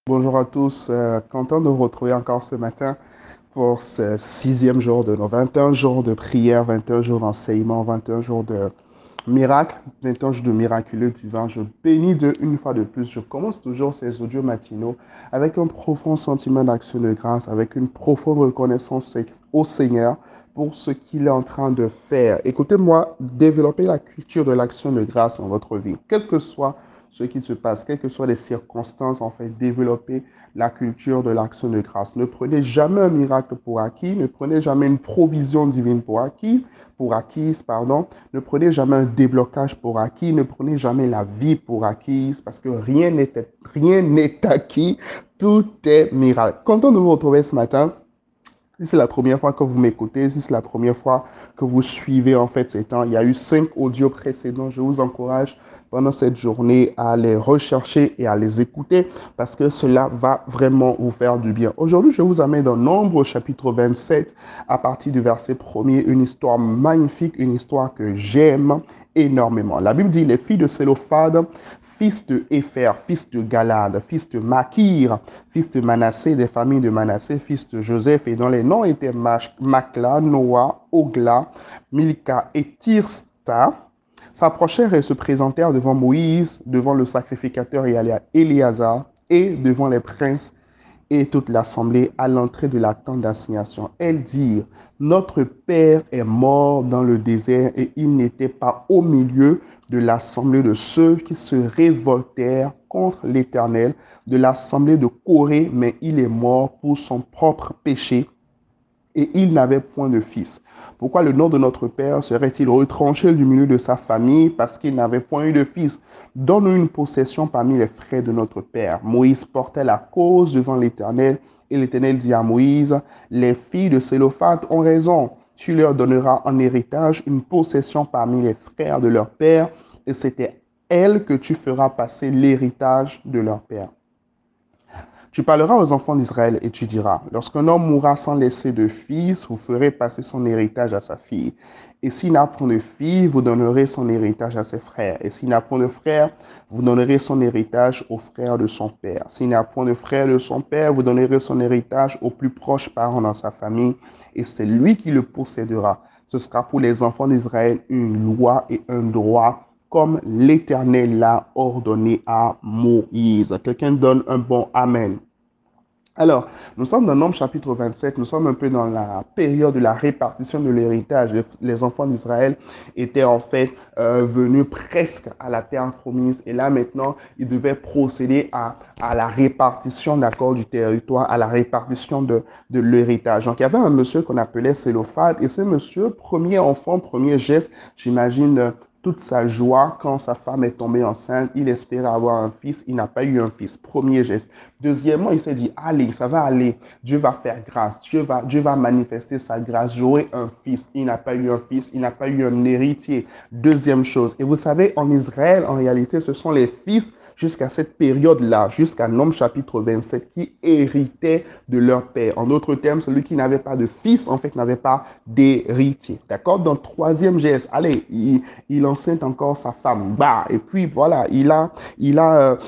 Bonjour à tous, content de vous retrouver encore ce matin pour ce sixième jour de nos 21 jours de prière, 21 jours d'enseignement, 21 jours de miracle, 21 jours de miraculeux divin. Je bénis une fois de plus. Je commence toujours ces audios matinaux avec un profond sentiment d'action de grâce, avec une profonde reconnaissance au Seigneur pour ce qu'il est en train de faire. Écoutez-moi, développer la culture de l'action de grâce dans votre vie, quel que soit ce qui se passe, quelles que soient les circonstances, en fait, développer la culture de l'action de grâce. Ne prenez jamais un miracle pour acquis, ne prenez jamais une provision divine pour acquise, pardon. Ne prenez jamais un déblocage pour acquis, ne prenez jamais la vie pour acquise, parce que rien n'est acquis, tout est miracle. Content de vous retrouver ce matin. Si c'est la première fois que vous m'écoutez, si c'est la première fois que vous suivez en fait ces temps, il y a eu 5 audios précédents. Je vous encourage pendant cette journée à les rechercher et à les écouter parce que cela va vraiment vous faire du bien. Aujourd'hui, je vous amène dans Nombre chapitre 27 à partir du verset 1er, une histoire magnifique, une histoire que j'aime énormément. La Bible dit, les filles de Sélophade, fils de Épher, fils de Galade, fils de Makir, fils de Manassé, des familles de Manassé, fils de Joseph, et dont les noms étaient Makla, Noah, Ogla, Milka et Tirsta, s'approchèrent et se présentèrent devant Moïse, devant le sacrificateur Éléazar, et devant les princes et toute l'assemblée à l'entrée de la tente d'assignation. Elles dirent, notre père est mort dans le désert et il n'était pas au milieu de l'assemblée de ceux qui se révoltèrent contre l'Éternel, de l'assemblée de Corée, mais il est mort pour son propre péché et il n'avait point de fils. Pourquoi le nom de notre Père serait-il retranché du milieu de sa famille parce qu'il n'avait point eu de fils? Donne-nous une possession parmi les frères de notre Père. Moïse portait la cause devant l'Éternel et l'Éternel dit à Moïse, les filles de Sélophate ont raison. Tu leur donneras en héritage une possession parmi les frères de leur Père et c'était elles que tu feras passer l'héritage de leur Père. Tu parleras aux enfants d'Israël et tu diras, lorsqu'un homme mourra sans laisser de fils, vous ferez passer son héritage à sa fille. Et s'il n'a point de fille, vous donnerez son héritage à ses frères. Et s'il n'a point de frère, vous donnerez son héritage aux frères de son père. S'il n'a point de frère de son père, vous donnerez son héritage aux plus proches parents dans sa famille. Et c'est lui qui le possédera. Ce sera pour les enfants d'Israël une loi et un droit comme l'Éternel l'a ordonné à Moïse. Quelqu'un donne un bon Amen. Alors, nous sommes dans Nombre chapitre 27, nous sommes un peu dans la période de la répartition de l'héritage. Les enfants d'Israël étaient en fait venus presque à la terre promise et là maintenant, ils devaient procéder à la répartition d'accord du territoire, à la répartition de l'héritage. Donc, il y avait un monsieur qu'on appelait Sélophade et ce monsieur, premier enfant, premier geste, j'imagine, toute sa joie quand sa femme est tombée enceinte, il espérait avoir un fils, il n'a pas eu un fils. Premier geste. Deuxièmement, il s'est dit, allez, ça va aller, Dieu va faire grâce, Dieu va manifester sa grâce, j'aurai un fils. Il n'a pas eu un fils, il n'a pas eu un héritier. Deuxième chose, et vous savez, en Israël, en réalité, ce sont les fils jusqu'à cette période-là, jusqu'à Nombre chapitre 27, qui héritaient de leur père. En d'autres termes, celui qui n'avait pas de fils, en fait, n'avait pas d'héritier. D'accord? Dans le troisième geste, allez, il enceinte encore sa femme. Bah, et puis voilà, il a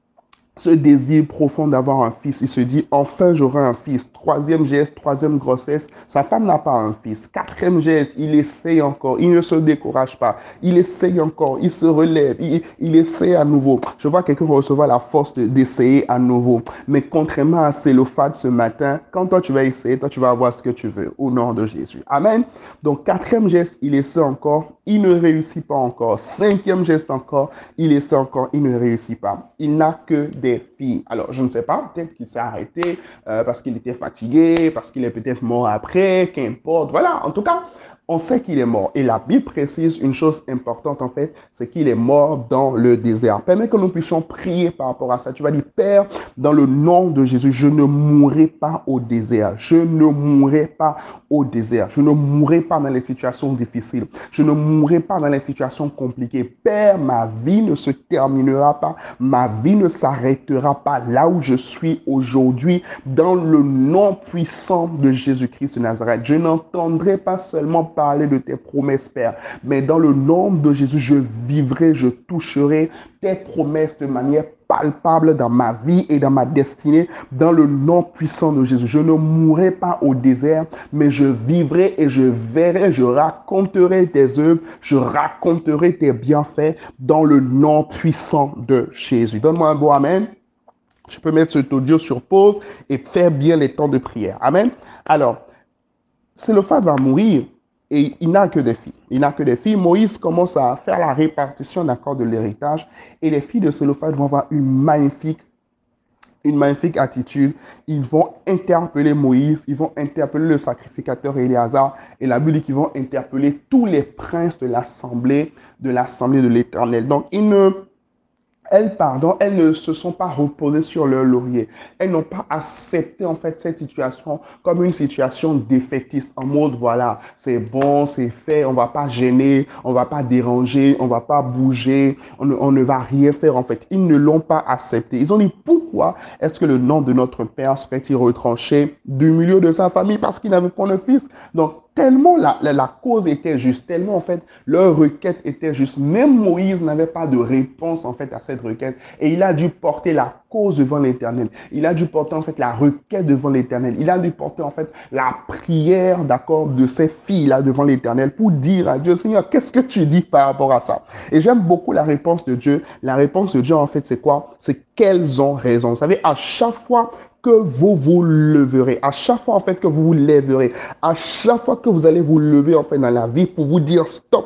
ce désir profond d'avoir un fils. Il se dit, enfin, j'aurai un fils. Troisième geste, troisième grossesse, sa femme n'a pas un fils. Quatrième geste, il essaye encore. Il ne se décourage pas. Il essaye encore. Il se relève. Il essaie à nouveau. Je vois quelqu'un recevoir la force d'essayer à nouveau. Mais contrairement à Sélophade ce matin, quand toi tu vas essayer, toi tu vas avoir ce que tu veux. Au nom de Jésus. Amen. Donc, quatrième geste, il essaie encore. Il ne réussit pas encore. Cinquième geste encore. Il essaie encore. Il ne réussit pas. Il n'a que des filles. Alors, je ne sais pas, peut-être qu'il s'est arrêté parce qu'il était fatigué, parce qu'il est peut-être mort après, qu'importe. Voilà, en tout cas, on sait qu'il est mort. Et la Bible précise une chose importante, en fait, c'est qu'il est mort dans le désert. Permets que nous puissions prier par rapport à ça. Tu vas dire, Père, dans le nom de Jésus, je ne mourrai pas au désert. Je ne mourrai pas au désert. Je ne mourrai pas dans les situations difficiles. Je ne mourrai pas dans les situations compliquées. Père, ma vie ne se terminera pas. Ma vie ne s'arrêtera pas là où je suis aujourd'hui. Dans le nom puissant de Jésus-Christ de Nazareth, je n'entendrai pas seulement parler de tes promesses, Père. Mais dans le nom de Jésus, je vivrai, je toucherai tes promesses de manière palpable dans ma vie et dans ma destinée, dans le nom puissant de Jésus. Je ne mourrai pas au désert, mais je vivrai et je verrai, je raconterai tes œuvres, je raconterai tes bienfaits dans le nom puissant de Jésus. Donne-moi un beau amen. Je peux mettre cet audio sur pause et faire bien les temps de prière. Amen. Alors, Sélophane va mourir et il n'a que des filles. Il n'a que des filles. Moïse commence à faire la répartition d'accord de l'héritage et les filles de Sélophane vont avoir une magnifique attitude. Ils vont interpeller Moïse, ils vont interpeller le sacrificateur Éléazar et la Bible dit qu'ils vont interpeller tous les princes de l'assemblée de l'Éternel. Donc, elles ne se sont pas reposées sur leur laurier. Elles n'ont pas accepté en fait cette situation comme une situation défaitiste. En mode voilà, c'est bon, c'est fait, on va pas gêner, on va pas déranger, on va pas bouger, on ne va rien faire en fait. Ils ne l'ont pas accepté. Ils ont dit pourquoi est-ce que le nom de notre Père serait-il retranché du milieu de sa famille parce qu'il n'avait pas de fils. Donc tellement la cause était juste, tellement en fait leur requête était juste. Même Moïse n'avait pas de réponse en fait à cette requête et il a dû porter la cause devant l'Éternel. Il a dû porter en fait la requête devant l'Éternel. Il a dû porter en fait la prière d'accord de ses filles là devant l'Éternel pour dire à Dieu, Seigneur, qu'est-ce que tu dis par rapport à ça? Et j'aime beaucoup la réponse de Dieu. La réponse de Dieu en fait c'est quoi? C'est qu'elles ont raison. Vous savez, à chaque fois que vous vous leverez, à chaque fois en fait que vous vous lèverez, à chaque fois que vous allez vous lever en fait dans la vie pour vous dire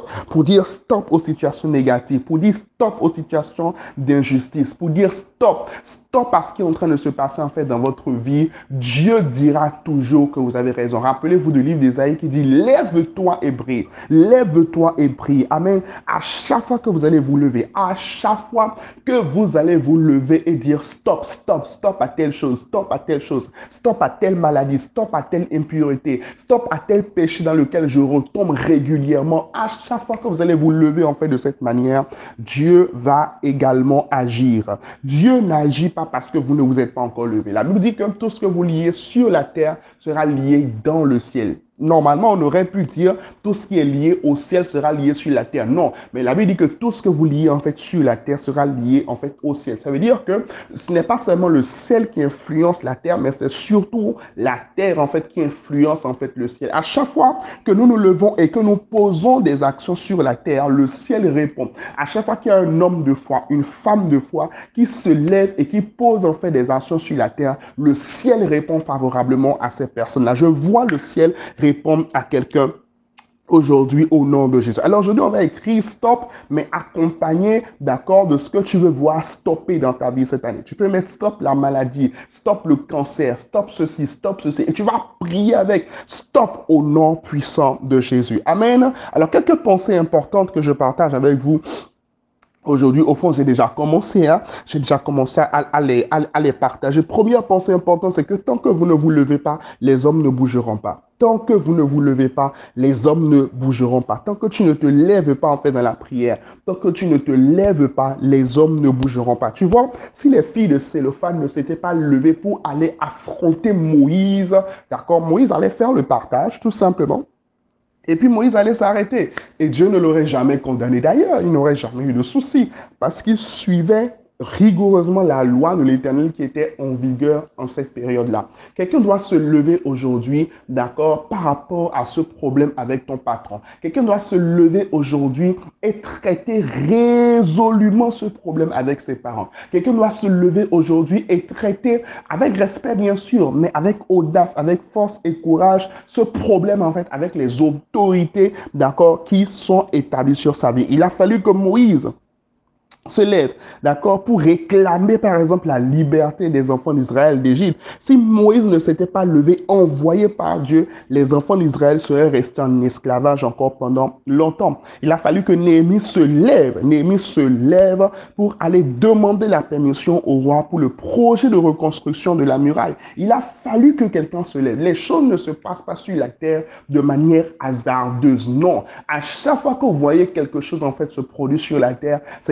stop aux situations négatives, pour dire stop aux situations d'injustice, pour dire stop à ce qui est en train de se passer en fait dans votre vie, Dieu dira toujours que vous avez raison. Rappelez-vous du livre d'Ésaïe qui dit lève-toi et brille, lève-toi et brille. Amen. À chaque fois que vous allez vous lever, à chaque fois que vous allez vous lever et dire stop à telle chose, stop à telle chose, stop à telle maladie, stop à telle impureté, stop à tel péché dans lequel je retombe régulièrement. À chaque fois que vous allez vous lever en fait de cette manière, Dieu va également agir. Dieu n'agit pas parce que vous ne vous êtes pas encore levé. La Bible dit que tout ce que vous liez sur la terre sera lié dans le ciel. Normalement, on aurait pu dire tout ce qui est lié au ciel sera lié sur la terre. Non, mais la Bible dit que tout ce que vous liez en fait sur la terre sera lié en fait au ciel. Ça veut dire que ce n'est pas seulement le ciel qui influence la terre, mais c'est surtout la terre en fait qui influence en fait le ciel. À chaque fois que nous nous levons et que nous posons des actions sur la terre, le ciel répond. À chaque fois qu'il y a un homme de foi, une femme de foi qui se lève et qui pose en fait des actions sur la terre, le ciel répond favorablement à ces personnes-là. Je vois le ciel répondre à quelqu'un aujourd'hui au nom de Jésus. Alors aujourd'hui, on va écrire stop, mais accompagné, d'accord, de ce que tu veux voir stopper dans ta vie cette année. Tu peux mettre stop la maladie, stop le cancer, stop ceci, et tu vas prier avec stop au nom puissant de Jésus. Amen. Alors, quelques pensées importantes que je partage avec vous. Aujourd'hui, au fond, j'ai déjà commencé à les partager. Première pensée importante, c'est que tant que vous ne vous levez pas, les hommes ne bougeront pas. Tant que vous ne vous levez pas, les hommes ne bougeront pas. Tant que tu ne te lèves pas en fait dans la prière, tant que tu ne te lèves pas, les hommes ne bougeront pas. Tu vois, si les filles de Sélophane ne s'étaient pas levées pour aller affronter Moïse, d'accord, Moïse allait faire le partage, tout simplement. Et puis Moïse allait s'arrêter. Et Dieu ne l'aurait jamais condamné d'ailleurs. Il n'aurait jamais eu de souci. Parce qu'il suivait rigoureusement la loi de l'Éternel qui était en vigueur en cette période-là. Quelqu'un doit se lever aujourd'hui, d'accord, par rapport à ce problème avec ton patron. Quelqu'un doit se lever aujourd'hui et traiter résolument ce problème avec ses parents. Quelqu'un doit se lever aujourd'hui et traiter avec respect bien sûr, mais avec audace, avec force et courage, ce problème en fait avec les autorités, d'accord, qui sont établies sur sa vie. Il a fallu que Moïse se lève, d'accord, pour réclamer par exemple la liberté des enfants d'Israël d'Égypte. Si Moïse ne s'était pas levé, envoyé par Dieu, les enfants d'Israël seraient restés en esclavage encore pendant longtemps. Il a fallu que Néhémie se lève pour aller demander la permission au roi pour le projet de reconstruction de la muraille. Il a fallu que quelqu'un se lève. Les choses ne se passent pas sur la terre de manière hasardeuse. Non, à chaque fois que vous voyez quelque chose en fait se produire sur la terre, c'est que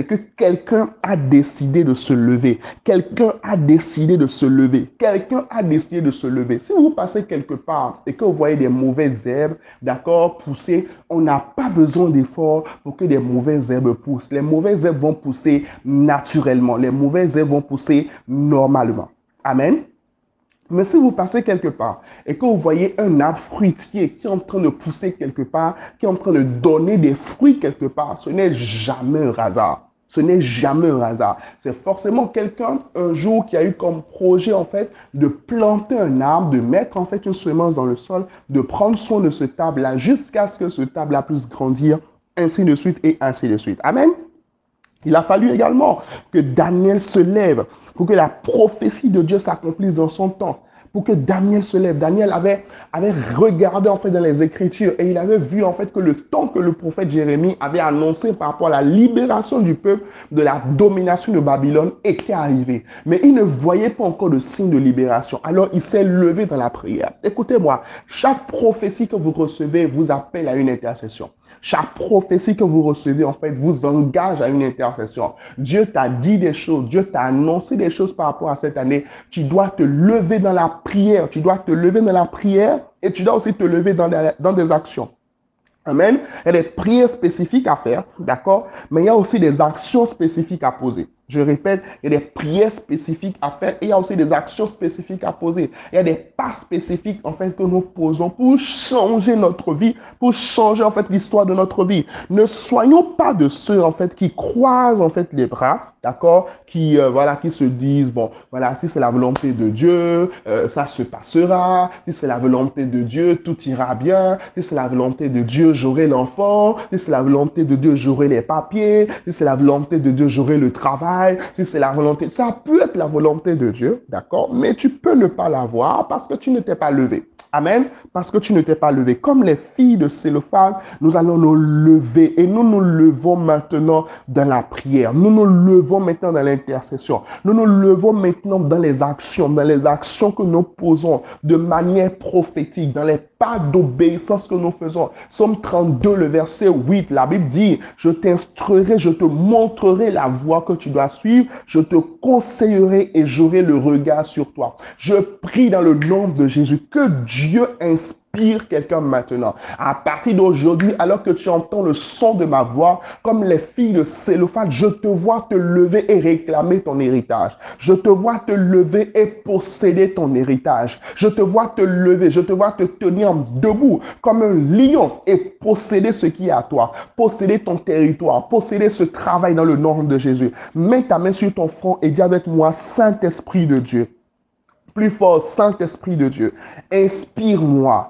quelqu'un a décidé de se lever. Quelqu'un a décidé de se lever. Quelqu'un a décidé de se lever. Si vous passez quelque part et que vous voyez des mauvaises herbes, d'accord, pousser, on n'a pas besoin d'efforts pour que des mauvaises herbes poussent. Les mauvaises herbes vont pousser naturellement. Les mauvaises herbes vont pousser normalement. Amen. Mais si vous passez quelque part et que vous voyez un arbre fruitier qui est en train de pousser quelque part, qui est en train de donner des fruits quelque part, ce n'est jamais un hasard. Ce n'est jamais un hasard. C'est forcément quelqu'un, un jour, qui a eu comme projet, en fait, de planter un arbre, de mettre, en fait, une semence dans le sol, de prendre soin de ce arbre-là jusqu'à ce que ce arbre-là puisse grandir, ainsi de suite et ainsi de suite. Amen. Il a fallu également que Daniel se lève pour que la prophétie de Dieu s'accomplisse dans son temps. Pour que Daniel se lève. Daniel avait regardé en fait dans les Écritures et il avait vu en fait que le temps que le prophète Jérémie avait annoncé par rapport à la libération du peuple de la domination de Babylone était arrivé. Mais il ne voyait pas encore de signe de libération. Alors il s'est levé dans la prière. Écoutez-moi, chaque prophétie que vous recevez vous appelle à une intercession. Chaque prophétie que vous recevez, en fait, vous engage à une intercession. Dieu t'a dit des choses, Dieu t'a annoncé des choses par rapport à cette année. Tu dois te lever dans la prière, tu dois te lever dans la prière et tu dois aussi te lever dans des actions. Amen. Il y a des prières spécifiques à faire, d'accord? Mais il y a aussi des actions spécifiques à poser. Je répète, il y a des prières spécifiques à faire et il y a aussi des actions spécifiques à poser. Il y a des pas spécifiques, en fait, que nous posons pour changer notre vie, pour changer, en fait, l'histoire de notre vie. Ne soyons pas de ceux, en fait, qui croisent, en fait, les bras, d'accord? Voilà, qui se disent, bon, voilà, si c'est la volonté de Dieu, ça se passera. Si c'est la volonté de Dieu, tout ira bien. Si c'est la volonté de Dieu, j'aurai l'enfant. Si c'est la volonté de Dieu, j'aurai les papiers. Si c'est la volonté de Dieu, j'aurai le travail. Si c'est la volonté, ça peut être la volonté de Dieu, d'accord? Mais tu peux ne pas l'avoir parce que tu ne t'es pas levé. Amen. Parce que tu ne t'es pas levé. Comme les filles de Sélophane, nous allons nous lever et nous nous levons maintenant dans la prière. Nous nous levons maintenant dans l'intercession. Nous nous levons maintenant dans les actions que nous posons de manière prophétique, dans les pas d'obéissance que nous faisons. Somme 32, le verset 8, la Bible dit, je t'instruirai, je te montrerai la voie que tu dois suivre, je te conseillerai et j'aurai le regard sur toi. Je prie dans le nom de Jésus que Dieu inspire quelqu'un maintenant. À partir d'aujourd'hui, alors que tu entends le son de ma voix, comme les filles de Sélophane, je te vois te lever et réclamer ton héritage. Je te vois te lever et posséder ton héritage. Je te vois te lever, je te vois te tenir debout comme un lion et posséder ce qui est à toi. Posséder ton territoire, posséder ce travail dans le nom de Jésus. Mets ta main sur ton front et dis avec moi, Saint-Esprit de Dieu. Plus fort, Saint-Esprit de Dieu, inspire-moi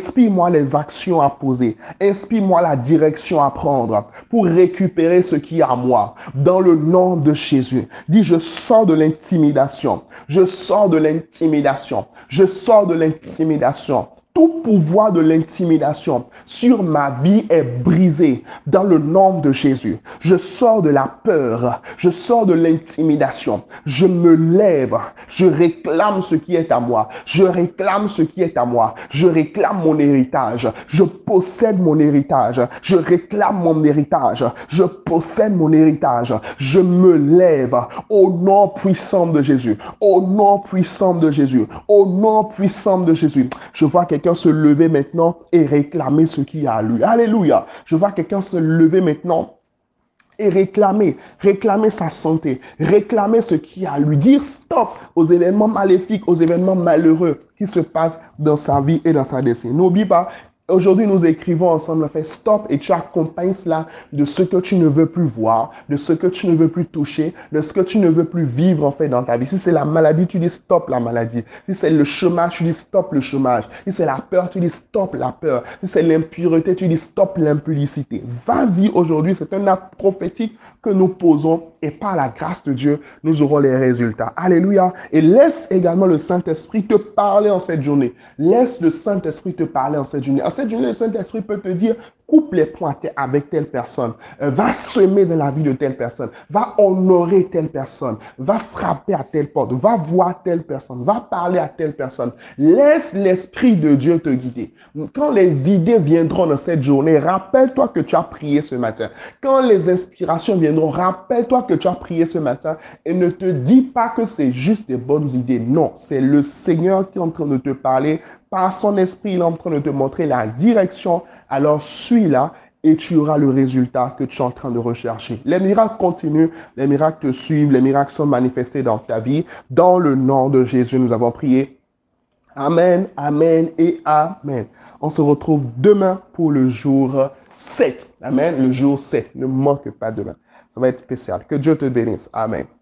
les actions à poser, inspire-moi la direction à prendre pour récupérer ce qui est à moi, dans le nom de Jésus. Dis, je sors de l'intimidation, je sors de l'intimidation, je sors de l'intimidation. Tout pouvoir de l'intimidation sur ma vie est brisé dans le nom de Jésus. Je sors de la peur, je sors de l'intimidation. Je me lève, je réclame ce qui est à moi. Je réclame ce qui est à moi. Je réclame mon héritage. Je possède mon héritage. Je réclame mon héritage. Je possède mon héritage. Je me lève au nom puissant de Jésus. Au nom puissant de Jésus. Au nom puissant de Jésus. Je vois quelqu'un se lever maintenant et réclamer ce qui a à lui. Alléluia. Je vois quelqu'un se lever maintenant et réclamer sa santé, réclamer ce qui a à lui, dire stop aux événements maléfiques, aux événements malheureux qui se passent dans sa vie et dans sa destinée. N'oublie pas, aujourd'hui nous écrivons ensemble, on fait stop et tu accompagnes cela de ce que tu ne veux plus voir, de ce que tu ne veux plus toucher, de ce que tu ne veux plus vivre en fait dans ta vie. Si c'est la maladie, tu dis stop la maladie. Si c'est le chômage, tu dis stop le chômage. Si c'est la peur, tu dis stop la peur. Si c'est l'impureté, tu dis stop l'impudicité. Vas-y aujourd'hui, c'est un acte prophétique que nous posons et par la grâce de Dieu, nous aurons les résultats. Alléluia. Et laisse également le Saint-Esprit te parler en cette journée. Laisse le Saint-Esprit te parler en cette journée. En cette journée, le Saint-Esprit peut te dire coupe les points avec telle personne, va semer dans la vie de telle personne, va honorer telle personne, va frapper à telle porte, va voir telle personne, va parler à telle personne. Laisse l'Esprit de Dieu te guider. Quand les idées viendront dans cette journée, rappelle-toi que tu as prié ce matin. Quand les inspirations viendront, rappelle-toi que tu as prié ce matin et ne te dis pas que c'est juste des bonnes idées. Non, c'est le Seigneur qui est en train de te parler. Par son esprit, il est en train de te montrer la direction. Alors suis-la et tu auras le résultat que tu es en train de rechercher. Les miracles continuent, les miracles te suivent, les miracles sont manifestés dans ta vie. Dans le nom de Jésus, nous avons prié. Amen, amen et amen. On se retrouve demain pour le jour 7. Amen, le jour 7. Ne manque pas demain. Ça va être spécial. Que Dieu te bénisse. Amen.